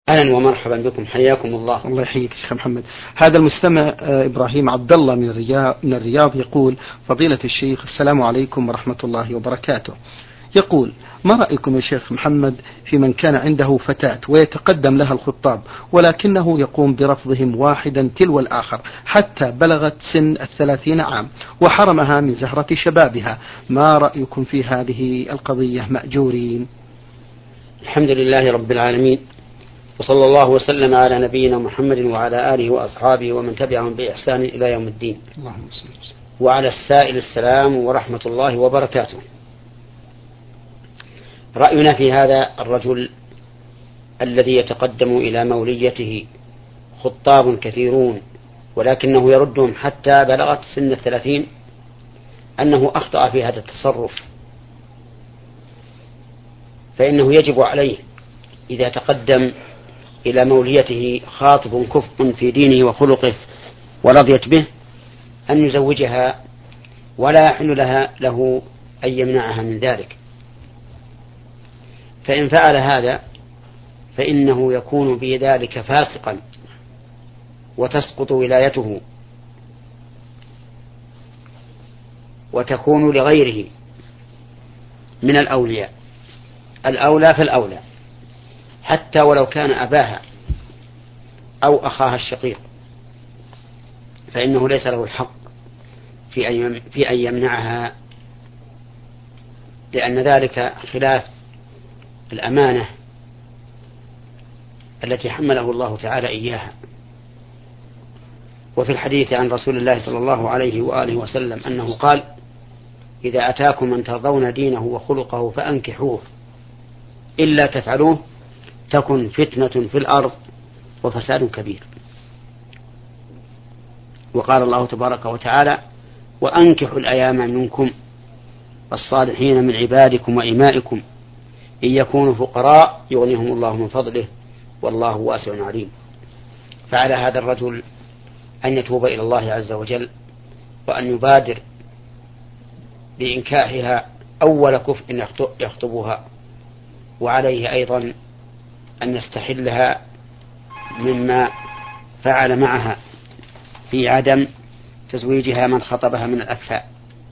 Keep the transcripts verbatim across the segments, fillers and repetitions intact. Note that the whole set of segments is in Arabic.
أهلا ومرحبا بكم، حياكم الله. الله يحييك شيخ محمد. هذا المستمع إبراهيم عبد الله من الرياض من الرياض يقول: فضيلة الشيخ، السلام عليكم ورحمة الله وبركاته. يقول: ما رأيكم يا شيخ محمد في من كان عنده فتاة ويتقدم لها الخطاب ولكنه يقوم برفضهم واحدا تلو الآخر حتى بلغت سن الثلاثين عام وحرمها من زهرة شبابها، ما رأيكم في هذه القضية مأجورين؟ الحمد لله رب العالمين، وصلى الله وسلم على نبينا محمد وعلى آله وأصحابه ومن تبعهم بإحسان إلى يوم الدين. اللهم صل وسلم. وعلى السائل السلام ورحمة الله وبركاته. رأينا في هذا الرجل الذي يتقدم إلى موليته خطاب كثيرون ولكنه يردهم حتى بلغت سن الثلاثين أنه أخطأ في هذا التصرف، فإنه يجب عليه إذا تقدم إلى موليته خاطب كفء في دينه وخلقه ورضيت به أن يزوجها، ولا يحل لها له أن يمنعها من ذلك. فإن فعل هذا فإنه يكون بذلك فاسقا وتسقط ولايته وتكون لغيره من الأولياء. الأولى فالأولى حتى ولو كان أباها أو أخاها الشقيق، فإنه ليس له الحق في أن يمنعها، لأن ذلك خلاف الأمانة التي حمله الله تعالى إياها. وفي الحديث عن رسول الله صلى الله عليه وآله وسلم أنه قال: إذا أتاكم من ترضون دينه وخلقه فأنكحوه، إلا تفعلوه تكن فتنة في الأرض وفساد كبير. وقال الله تبارك وتعالى: وأنكحوا الأيام منكم والصالحين من عبادكم وإمائكم إن يكونوا فقراء يغنيهم الله من فضله والله واسع عليم. فعلى هذا الرجل أن يتوب إلى الله عز وجل وأن يبادر بإنكاحها أول كفء يخطبها، وعليه أيضا أن يستحلها مما فعل معها في عدم تزويجها من خطبها من الأكفاء.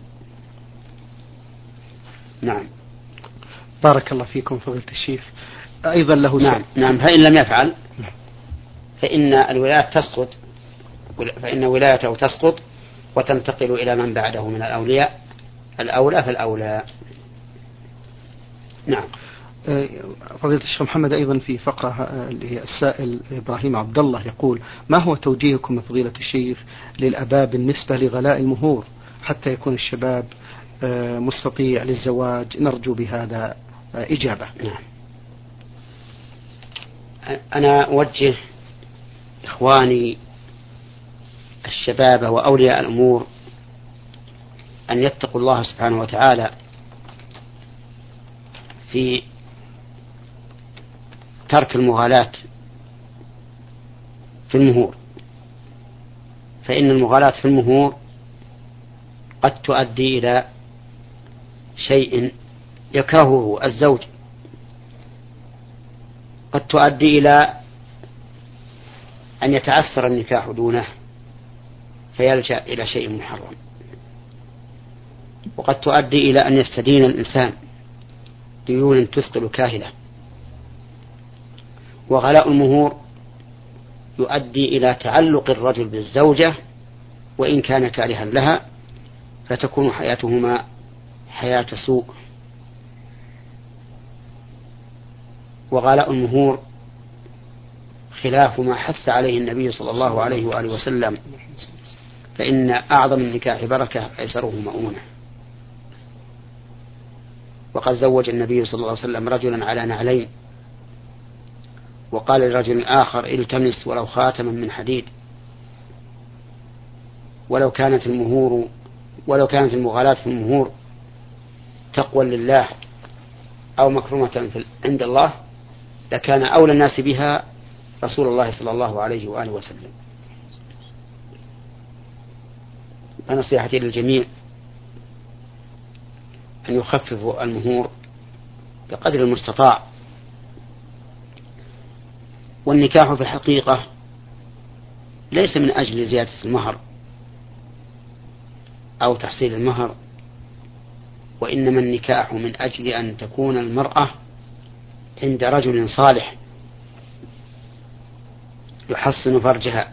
نعم. بارك الله فيكم فضيلة الشيخ. أيضا له نعم نعم فإن لم يفعل فإن الولاية تسقط، فإن ولايته تسقط وتنتقل إلى من بعده من الأولياء. الأولى فالأولى. نعم. فضيلة الشيخ محمد، أيضا في فقرة السائل إبراهيم عبد الله يقول: ما هو توجيهكم فضيلة الشيخ للآباء بالنسبة لغلاء المهور حتى يكون الشباب مستطيع للزواج؟ نرجو بهذا إجابة. نعم. أنا أوجه إخواني الشباب وأولياء الأمور أن يتقوا الله سبحانه وتعالى في ترك المغالاة في المهور، فإن المغالاة في المهور قد تؤدي إلى شيء يكرهه الزوج، قد تؤدي إلى أن يتعسر النكاح دونه فيلجأ إلى شيء محرم، وقد تؤدي إلى أن يستدين الإنسان ديون تثقل كاهلة. وغلاء المهور يؤدي إلى تعلق الرجل بالزوجة وإن كان كارها لها، فتكون حياتهما حياة سوء. وغلاء المهور خلاف ما حث عليه النبي صلى الله عليه وآله وسلم، فإن أعظم النكاح بركة أيسره مؤونة. وقد زوج النبي صلى الله عليه وسلم رجلا على نعلين، وقال لرجل آخر: التمس ولو خاتما من حديد. ولو كانت المهور ولو كانت المغالاة في المهور تقوى لله أو مكرمة عند الله لكان أولى الناس بها رسول الله صلى الله عليه وآله وسلم. فنصيحتي للجميع أن يخففوا المهور بقدر المستطاع، والنكاح في الحقيقة ليس من أجل زيادة المهر أو تحصيل المهر، وإنما النكاح من أجل أن تكون المرأة عند رجل صالح يحصن فرجها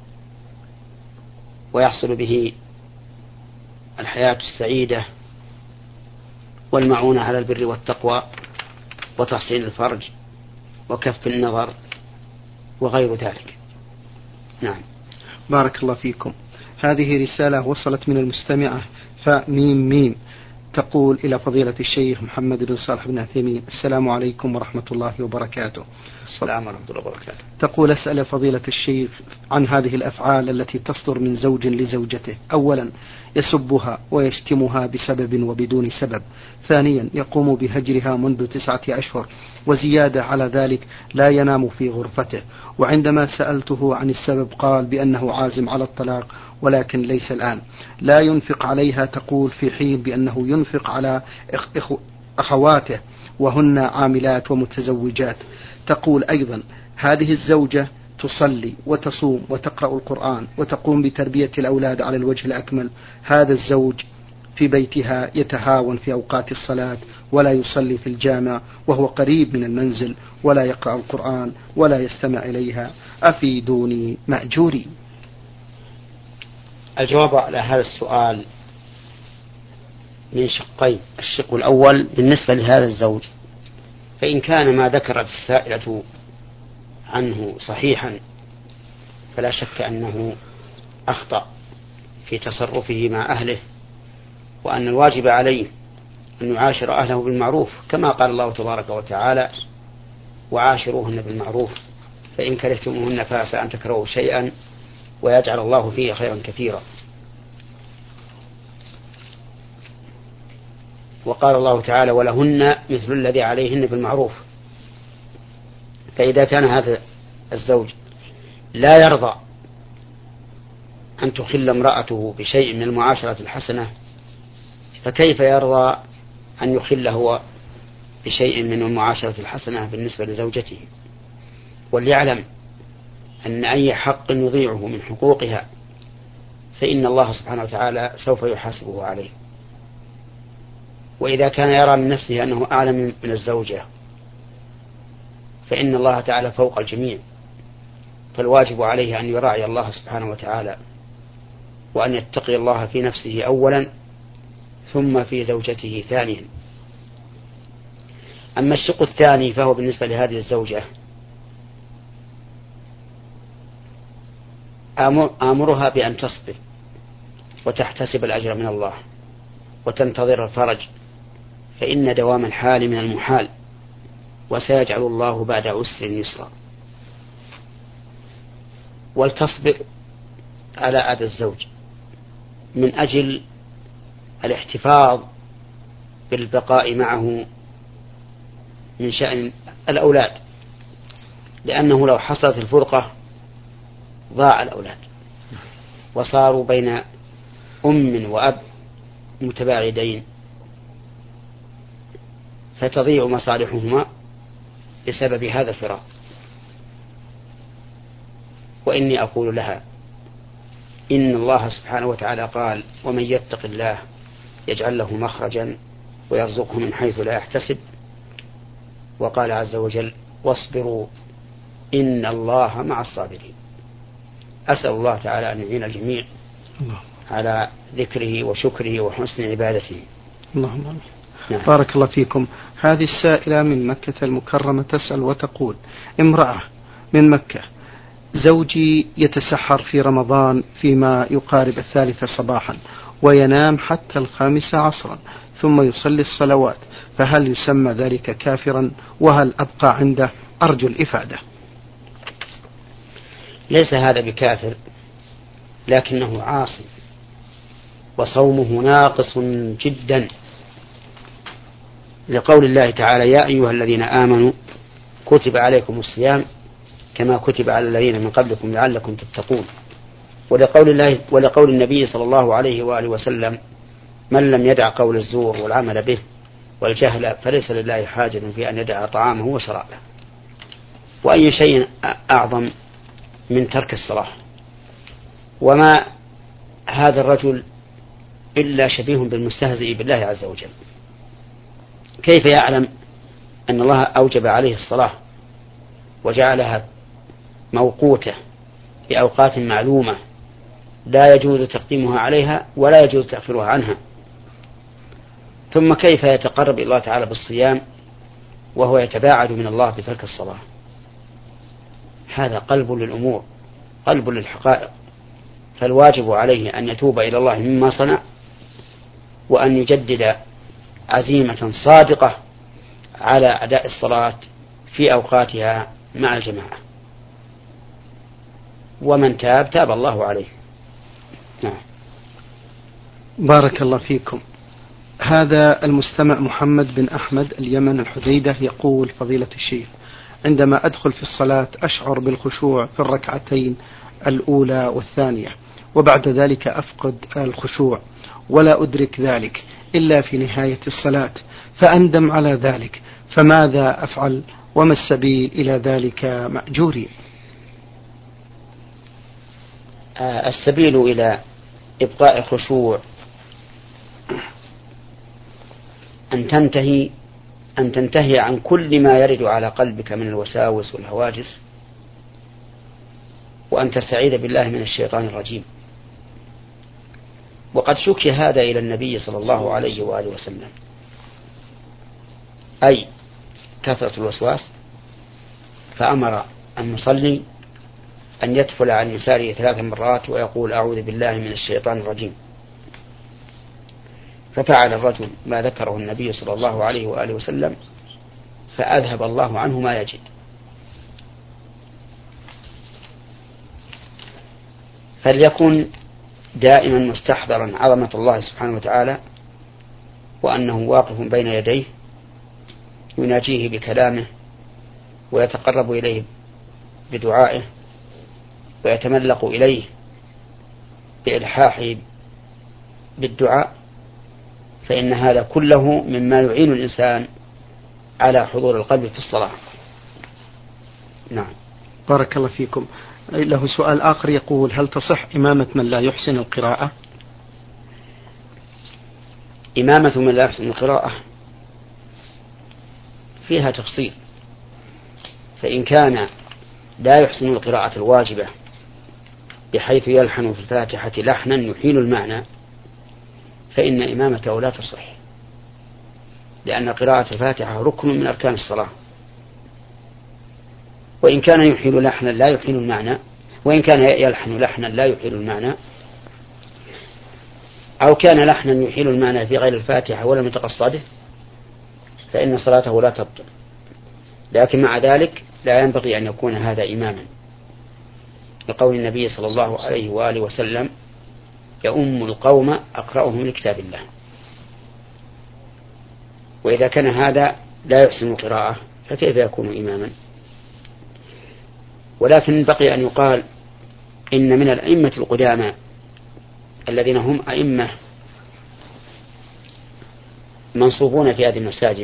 ويحصل به الحياة السعيدة والمعونة على البر والتقوى وتحصين الفرج وكف النظر وغير ذلك. نعم. بارك الله فيكم. هذه رسالة وصلت من المستمعة فميم ميم تقول إلى فضيلة الشيخ محمد بن صالح بن عثيمين: السلام عليكم ورحمة الله وبركاته. السلام ورحمة الله وبركاته. تقول: أسأل فضيلة الشيخ عن هذه الأفعال التي تصدر من زوج لزوجته. أولا، يسبها ويشتمها بسبب وبدون سبب. ثانيا، يقوم بهجرها منذ تسعة أشهر، وزيادة على ذلك لا ينام في غرفته. وعندما سألته عن السبب قال بأنه عازم على الطلاق ولكن ليس الآن. لا ينفق عليها تقول، في حين بأنه ينفق على أخواته وهن عاملات ومتزوجات. تقول أيضا: هذه الزوجة تصلي وتصوم وتقرأ القرآن وتقوم بتربية الأولاد على الوجه الأكمل. هذا الزوج في بيتها يتهاون في أوقات الصلاة ولا يصلي في الجامع وهو قريب من المنزل ولا يقرأ القرآن ولا يستمع إليها. أفيدوني مأجوري. الجواب على هذا السؤال من شقين. الشق الأول بالنسبة لهذا الزوج، فإن كان ما ذكرت السائلة عنه صحيحا فلا شك أنه أخطأ في تصرفه مع أهله، وأن الواجب عليه أن يعاشر أهله بالمعروف كما قال الله تبارك وتعالى: وعاشروهن بالمعروف فإن كرهتموهن فعسى أن تكرهوا شيئا ويجعل الله فيه خيرا كثيرا. وقال الله تعالى: ولهن مثل الذي عليهن بالمعروف. فإذا كان هذا الزوج لا يرضى أن تخل امرأته بشيء من المعاشرة الحسنة، فكيف يرضى أن يخل هو بشيء من المعاشرة الحسنة بالنسبة لزوجته؟ وليعلم أن أي حق يضيعه من حقوقها فإن الله سبحانه وتعالى سوف يحاسبه عليه. وإذا كان يرى من نفسه أنه أعلم من الزوجة فإن الله تعالى فوق الجميع، فالواجب عليه أن يراعي الله سبحانه وتعالى وأن يتقي الله في نفسه أولا ثم في زوجته ثانيا. أما الشق الثاني فهو بالنسبة لهذه الزوجة، آمرها بأن تصبر وتحتسب الأجر من الله وتنتظر الفرج، فإن دوام الحال من المحال، وسيجعل الله بعد عسر يسرا. ولتصبر على أذى الزوج من أجل الاحتفاظ بالبقاء معه من شأن الأولاد، لأنه لو حصلت الفرقة ضاع الأولاد وصاروا بين أم وأب متباعدين فتضيع مصالحهما بسبب هذا الفراق. وإني أقول لها: إن الله سبحانه وتعالى قال: ومن يتق الله يجعل له مخرجا ويرزقه من حيث لا يحتسب. وقال عز وجل: واصبروا إن الله مع الصابرين. أسأل الله تعالى أن يعين الجميع على ذكره وشكره وحسن عبادته. اللهم آمين. نعم. بارك الله فيكم. هذه السائلة من مكة المكرمة تسأل وتقول: امرأة من مكة، زوجي يتسحر في رمضان فيما يقارب الثالثة صباحا وينام حتى الخامسة عصرا ثم يصلي الصلوات، فهل يسمى ذلك كافرا؟ وهل أبقى عنده؟ أرجو الإفادة. ليس هذا بكافر، لكنه عاصي وصومه ناقص جدا، لقول الله تعالى: يا أيها الذين آمنوا كتب عليكم الصيام كما كتب على الذين من قبلكم لعلكم تتقون. ولقول الله ولقول النبي صلى الله عليه وآله وسلم: من لم يدع قول الزور والعمل به والجهل فليس لله حاجة في أن يدع طعامه وشرابه. وأي شيء أعظم من ترك الصلاة؟ وما هذا الرجل إلا شبيه بالمستهزئ بالله عز وجل. كيف يعلم أن الله أوجب عليه الصلاة وجعلها موقوتة بأوقات معلومة لا يجوز تقديمها عليها ولا يجوز تأخيرها عنها؟ ثم كيف يتقرب إلى الله تعالى بالصيام وهو يتباعد من الله بترك الصلاة؟ هذا قلب للأمور، قلب للحقائق. فالواجب عليه أن يتوب إلى الله مما صنع، وأن يجدد عزيمة صادقة على أداء الصلاة في أوقاتها مع الجماعة. ومن تاب تاب الله عليه. نعم. بارك الله فيكم. هذا المستمع محمد بن أحمد اليمن الحديدة يقول: فضيلة الشيخ، عندما أدخل في الصلاة أشعر بالخشوع في الركعتين الأولى والثانية، وبعد ذلك أفقد الخشوع ولا أدرك ذلك إلا في نهاية الصلاة، فأندم على ذلك، فماذا أفعل وما السبيل إلى ذلك مأجوري؟ السبيل إلى إبقاء الخشوع أن تنتهي أن تنتهي عن كل ما يرد على قلبك من الوساوس والهواجس، وأن تستعيذ بالله من الشيطان الرجيم. وقد شكي هذا إلى النبي صلى الله عليه وآله وسلم، أي كثرة الوسواس، فأمر المصلي أن يتفل عن يساره ثلاث مرات ويقول: أعوذ بالله من الشيطان الرجيم. ففعل الرجل ما ذكره النبي صلى الله عليه وآله وسلم، فأذهب الله عنه ما يجد. فليكن دائما مستحضرا عظمة الله سبحانه وتعالى، وأنه واقف بين يديه يناجيه بكلامه ويتقرب إليه بدعائه ويتملق إليه بإلحاحه بالدعاء، فإن هذا كله مما يعين الإنسان على حضور القلب في الصلاة. نعم. بارك الله فيكم. له سؤال آخر يقول: هل تصح إمامة من لا يحسن القراءة؟ إمامة من لا يحسن القراءة فيها تفصيل، فإن كان لا يحسن القراءة الواجبة بحيث يلحن في الفاتحة لحنا يحيل المعنى، فإن إمامته لا تصح، لأن قراءة الفاتحة ركن من أركان الصلاة. وإن كان يحيل لحنا لا يحيل المعنى، وإن كان يلحن لحنا لا يحيل المعنى، أو كان لحنا يحيل المعنى في غير الفاتحة ولم يتقصده، فإن صلاته لا تبطل. لكن مع ذلك لا ينبغي أن يكون هذا إماما، لقول النبي صلى الله عليه وآله وسلم: يؤم القوم أقرأهم لكتاب الله. وإذا كان هذا لا يحسن القراءة فكيف يكون إماما؟ ولكن بقي أن يقال إن من الأئمة القدامى الذين هم أئمة منصوبون في هذه المساجد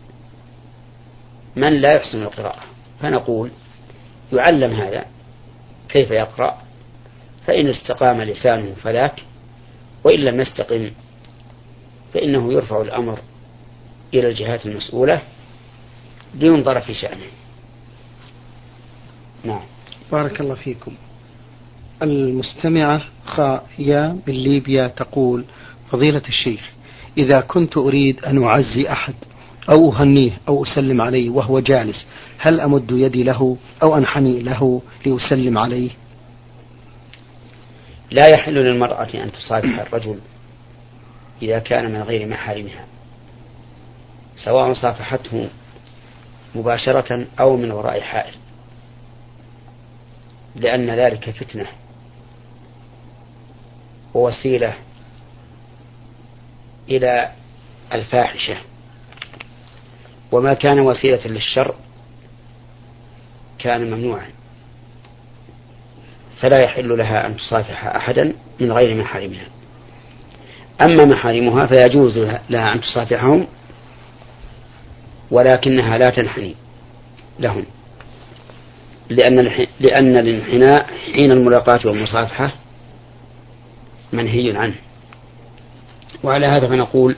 من لا يحسن القراءة، فنقول يعلم هذا كيف يقرأ، فإن استقام لسانه فذاك، وإن لم يستقم فإنه يرفع الأمر إلى الجهات المسؤولة لينظر في شأنه. نعم. بارك الله فيكم. المستمعة خايا من ليبيا تقول: فضيلة الشيخ، إذا كنت أريد أن أعزي أحد أو أهنيه أو أسلم عليه وهو جالس، هل أمد يدي له أو أنحني له لأسلم عليه؟ لا يحل للمرأة أن تصافح الرجل إذا كان من غير محارمها، سواء صافحته مباشرة أو من وراء حائل، لأن ذلك فتنة ووسيلة إلى الفاحشة، وما كان وسيلة للشر كان ممنوعا، فلا يحل لها أن تصافح أحدا من غير محارمها. أما محارمها فيجوز لها أن تصافحهم، ولكنها لا تنحني لهم. لأن لأن الانحناء حين الملاقاة والمصافحة منهي عنه. وعلى هذا فنقول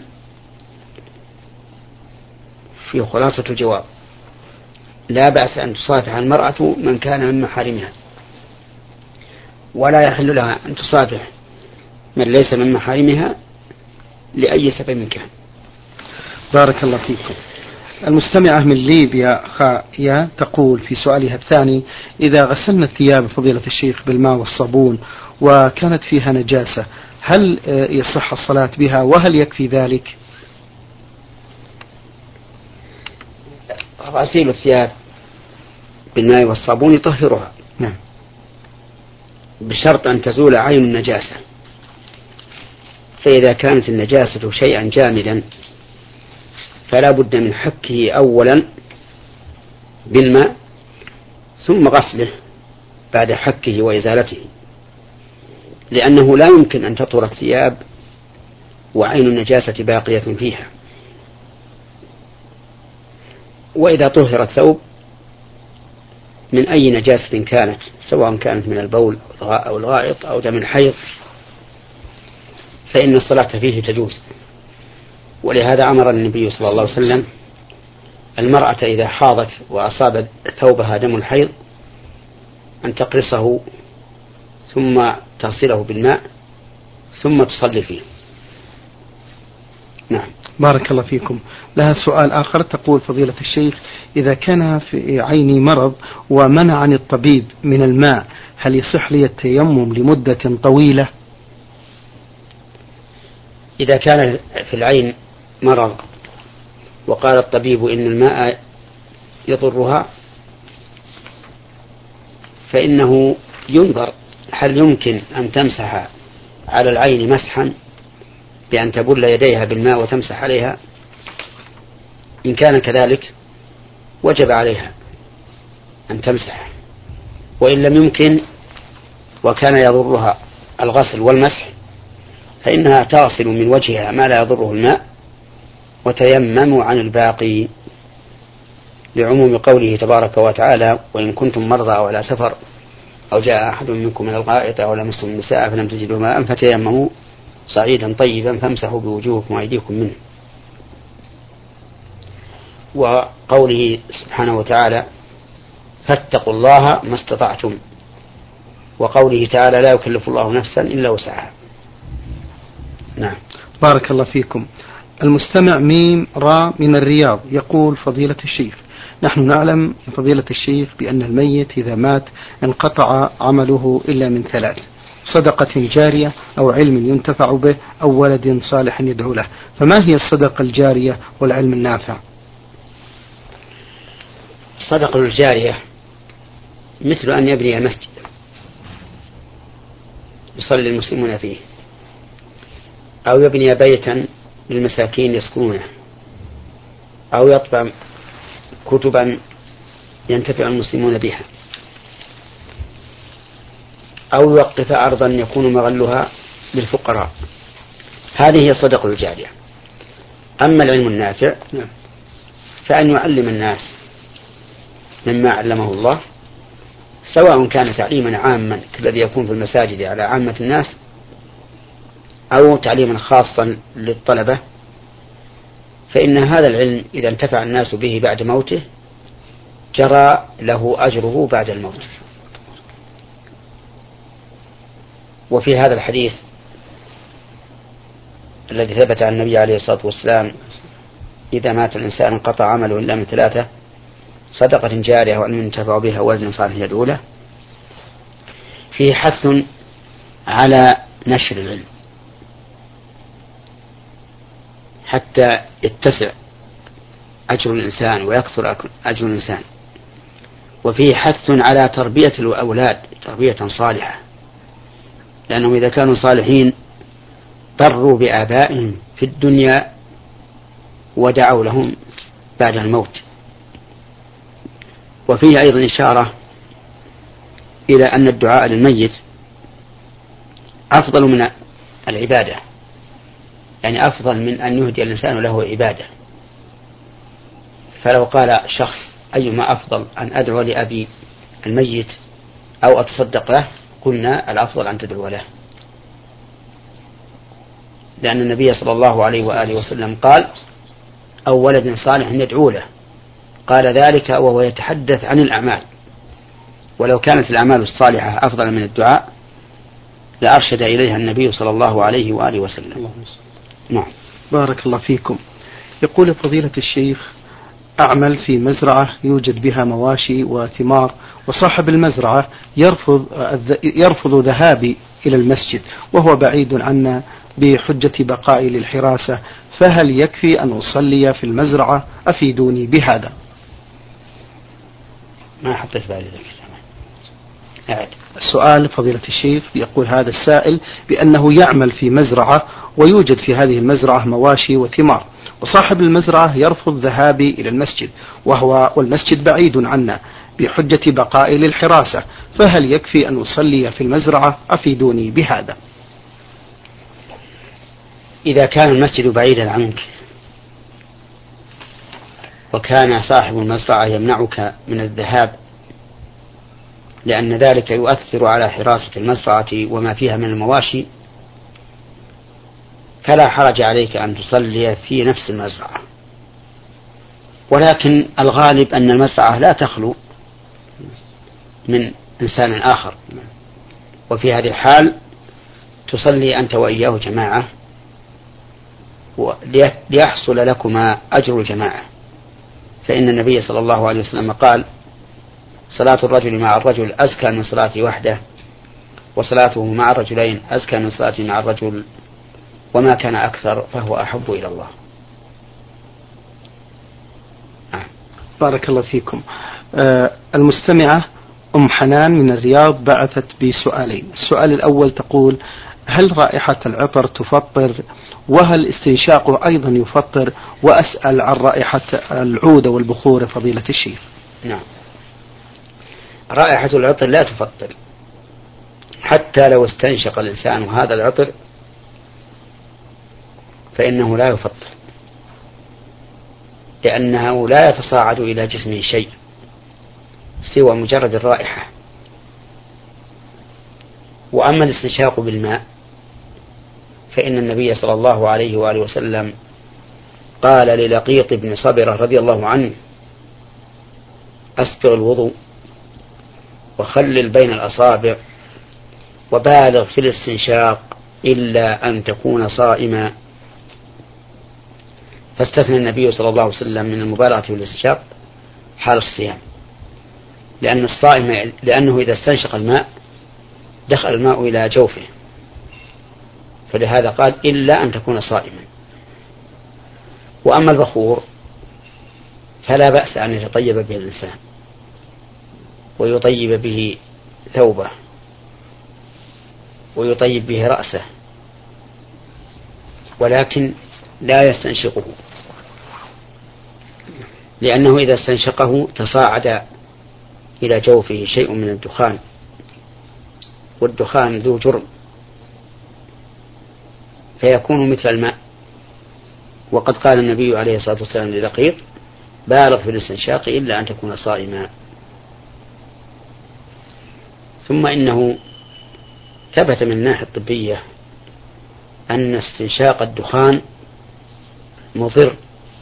في خلاصة الجواب: لا بأس أن تصافح المرأة من كان من محارمها، ولا يحل لها أن تصافح من ليس من محارمها لأي سبب كان. بارك الله فيكم. المستمعة من ليبيا خايا تقول في سؤالها الثاني: إذا غسلنا الثياب فضيلة الشيخ بالماء والصابون وكانت فيها نجاسة، هل يصح الصلاة بها وهل يكفي ذلك؟ غسيل الثياب بالماء والصابون يطهرها، نعم، بشرط أن تزول عين النجاسة. فإذا كانت النجاسة شيئا جامدا فلا بد من حكه أولا بالماء ثم غسله بعد حكه وإزالته، لأنه لا يمكن أن تطهر الثياب وعين النجاسة باقية فيها. وإذا طهر الثوب من أي نجاسة كانت، سواء كانت من البول أو الغائط أو دم الحيض، فإن الصلاة فيه تجوز. ولهذا أمر النبي صلى الله عليه وسلم المرأة إذا حاضت وأصاب ثوبها دم الحيض أن تقرصه ثم تغسله بالماء ثم تصلي فيه. نعم. بارك الله فيكم. لها سؤال آخر تقول: فضيلة الشيخ، إذا كان في عيني مرض ومنعني الطبيب من الماء، هل يصح لي التيمم لمدة طويلة؟ إذا كان في العين مرض وقال الطبيب إن الماء يضرها فإنه ينظر هل يمكن أن تمسح على العين مسحا بأن تبل يديها بالماء وتمسح عليها. إن كان كذلك وجب عليها أن تمسح، وإن لم يمكن وكان يضرها الغسل والمسح فإنها تغسل من وجهها ما لا يضره الماء وتيمموا عن الباقي، لعموم قوله تبارك وتعالى: وإن كنتم مرضى أو على سفر أو جاء أحد منكم من الغائط أو لمستم النساء فلم تجدوا ماء فتيمموا صعيدا طيبا فامسحوا بوجوهكم وأيديكم منه. وقوله سبحانه وتعالى: فاتقوا الله ما استطعتم، وقوله تعالى: لا يكلف الله نفسا إلا وسعها. نعم. بارك الله فيكم. المستمع ميم را من الرياض يقول: فضيلة الشيخ، نحن نعلم فضيلة الشيخ بأن الميت إذا مات انقطع عمله إلا من ثلاث: صدقة جارية أو علم ينتفع به أو ولد صالح يدعو له، فما هي الصدقة الجارية والعلم النافع؟ الصدقة الجارية مثل أن يبني مسجد يصلي المسلمون فيه، أو يبني بيتا للمساكين يسكنونه، أو يطبع كتبا ينتفع المسلمون بها، أو يوقف أرضا يكون مغلها للفقراء. هذه هي الصدقة الجارية. أما العلم النافع فأن يعلم الناس مما علمه الله، سواء كان تعليما عاما كالذي يكون في المساجد على عامة الناس أو تعليما خاصا للطلبة، فإن هذا العلم إذا انتفع الناس به بعد موته جرى له أجره بعد الموت. وفي هذا الحديث الذي ثبت عن النبي عليه الصلاة والسلام: إذا مات الإنسان انقطع عمله إلا من ثلاثة: صدقة جارية وعلم ينتفع بها وولد صالح يدعو له، فيه حث على نشر العلم حتى يتسع أجر الإنسان ويكثر أجر الإنسان، وفيه حث على تربية الأولاد تربية صالحة، لأنهم إذا كانوا صالحين بروا بآبائهم في الدنيا ودعوا لهم بعد الموت. وفيه أيضا إشارة إلى أن الدعاء للميت أفضل من العبادة، يعني أفضل من أن يهدي الإنسان له عبادة. فلو قال شخص: أيما أفضل، أن أدعو لأبي الميت أو أتصدق له، قلنا الأفضل أن تدعو له، لأن النبي صلى الله عليه وآله وسلم قال: أو ولد صالح يدعو له، قال ذلك وهو يتحدث عن الأعمال، ولو كانت الأعمال الصالحة أفضل من الدعاء لأرشد إليها النبي صلى الله عليه وآله وسلم. نعم. بارك الله فيكم. يقول فضيلة الشيخ: أعمل في مزرعة يوجد بها مواشي وثمار، وصاحب المزرعة يرفض يرفض ذهابي إلى المسجد وهو بعيد عنا بحجة بقائي للحراسة، فهل يكفي أن أصلي في المزرعة؟ أفيدوني بهذا. ما حطيت بالي ذلك. السؤال فضيلة الشيخ، يقول هذا السائل بأنه يعمل في مزرعة ويوجد في هذه المزرعة مواشي وثمار، وصاحب المزرعة يرفض ذهابي إلى المسجد وهو والمسجد بعيد عنا بحجة بقائي للحراسة، فهل يكفي أن أصلي في المزرعة؟ أفيدوني بهذا. إذا كان المسجد بعيدا عنك وكان صاحب المزرعة يمنعك من الذهاب لأن ذلك يؤثر على حراسة المزرعة وما فيها من المواشي، فلا حرج عليك أن تصلي في نفس المزرعة، ولكن الغالب أن المزرعة لا تخلو من إنسان آخر، وفي هذه الحال تصلي أنت وإياه جماعة ليحصل لكما أجر الجماعة، فإن النبي صلى الله عليه وسلم قال: صلاة الرجل مع الرجل أزكى من صلاته وحده، وصلاته مع الرجلين أزكى من صلاته مع الرجل، وما كان أكثر فهو أحب إلى الله. آه. بارك الله فيكم. آه المستمعة أم حنان من الرياض بعثت بسؤالين. السؤال الأول تقول: هل رائحة العطر تفطر؟ وهل استنشاقه أيضا يفطر؟ وأسأل عن رائحة العود والبخور فضيلة الشيخ. نعم. رائحة العطر لا تفطر، حتى لو استنشق الإنسان هذا العطر فإنه لا يفطر، لأنه لا يتصاعد إلى جسمه شيء سوى مجرد الرائحة. وأما الاستنشاق بالماء فإن النبي صلى الله عليه وآله وسلم قال للقيط بن صبرة رضي الله عنه: أسبغ الوضوء وخلل بين الأصابع وبالغ في الاستنشاق إلا أن تكون صائما. فاستثنى النبي صلى الله عليه وسلم من المبالغة في الاستنشاق حال الصيام، لأن الصائم لأنه إذا استنشق الماء دخل الماء إلى جوفه، فلهذا قال: إلا أن تكون صائما. وأما البخور فلا بأس أن يتطيب به الإنسان ويطيب به ثوبه ويطيب به رأسه، ولكن لا يستنشقه، لأنه إذا استنشقه تصاعد إلى جوفه شيء من الدخان، والدخان ذو جرم فيكون مثل الماء. وقد قال النبي عليه الصلاة والسلام للقيط: بالغ في الاستنشاق إلا أن تكون صائما. ثم إنه ثبت من الناحية الطبية أن استنشاق الدخان مضر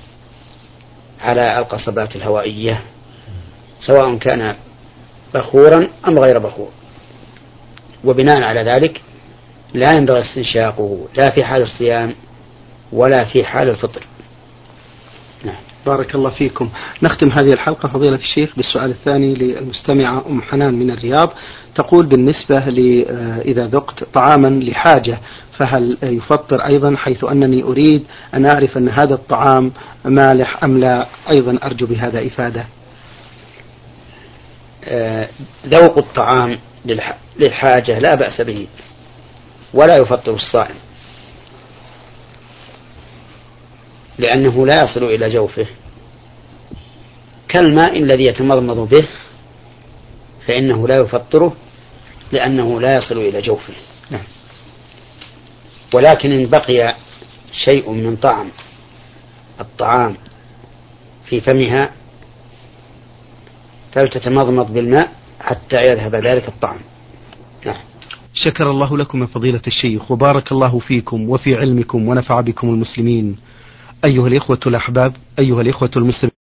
على القصبات الهوائية، سواء كان بخورا أم غير بخور، وبناء على ذلك لا ينبغي استنشاقه لا في حال الصيام ولا في حال الفطر. نعم. بارك الله فيكم. نختم هذه الحلقة فضيلة الشيخ بالسؤال الثاني للمستمعة أم حنان من الرياض، تقول: بالنسبة لي إذا ذقت طعاما لحاجة فهل يفطر أيضا، حيث أنني أريد أن أعرف أن هذا الطعام مالح أم لا؟ أيضا أرجو بهذا إفادة. ذوق الطعام للحاجة لا بأس به ولا يفطر الصائم، لأنه لا يصل إلى جوفه، كالماء الذي يتمضمض به فإنه لا يفطره لأنه لا يصل إلى جوفه. نعم. ولكن إن بقي شيء من طعم الطعام في فمها فلتتمضمض بالماء حتى يذهب ذلك الطعم. نعم. شكر الله لكم يا فضيلة الشيخ وبارك الله فيكم وفي علمكم ونفع بكم المسلمين. أيها الإخوة الأحباب، أيها الإخوة المسلمين.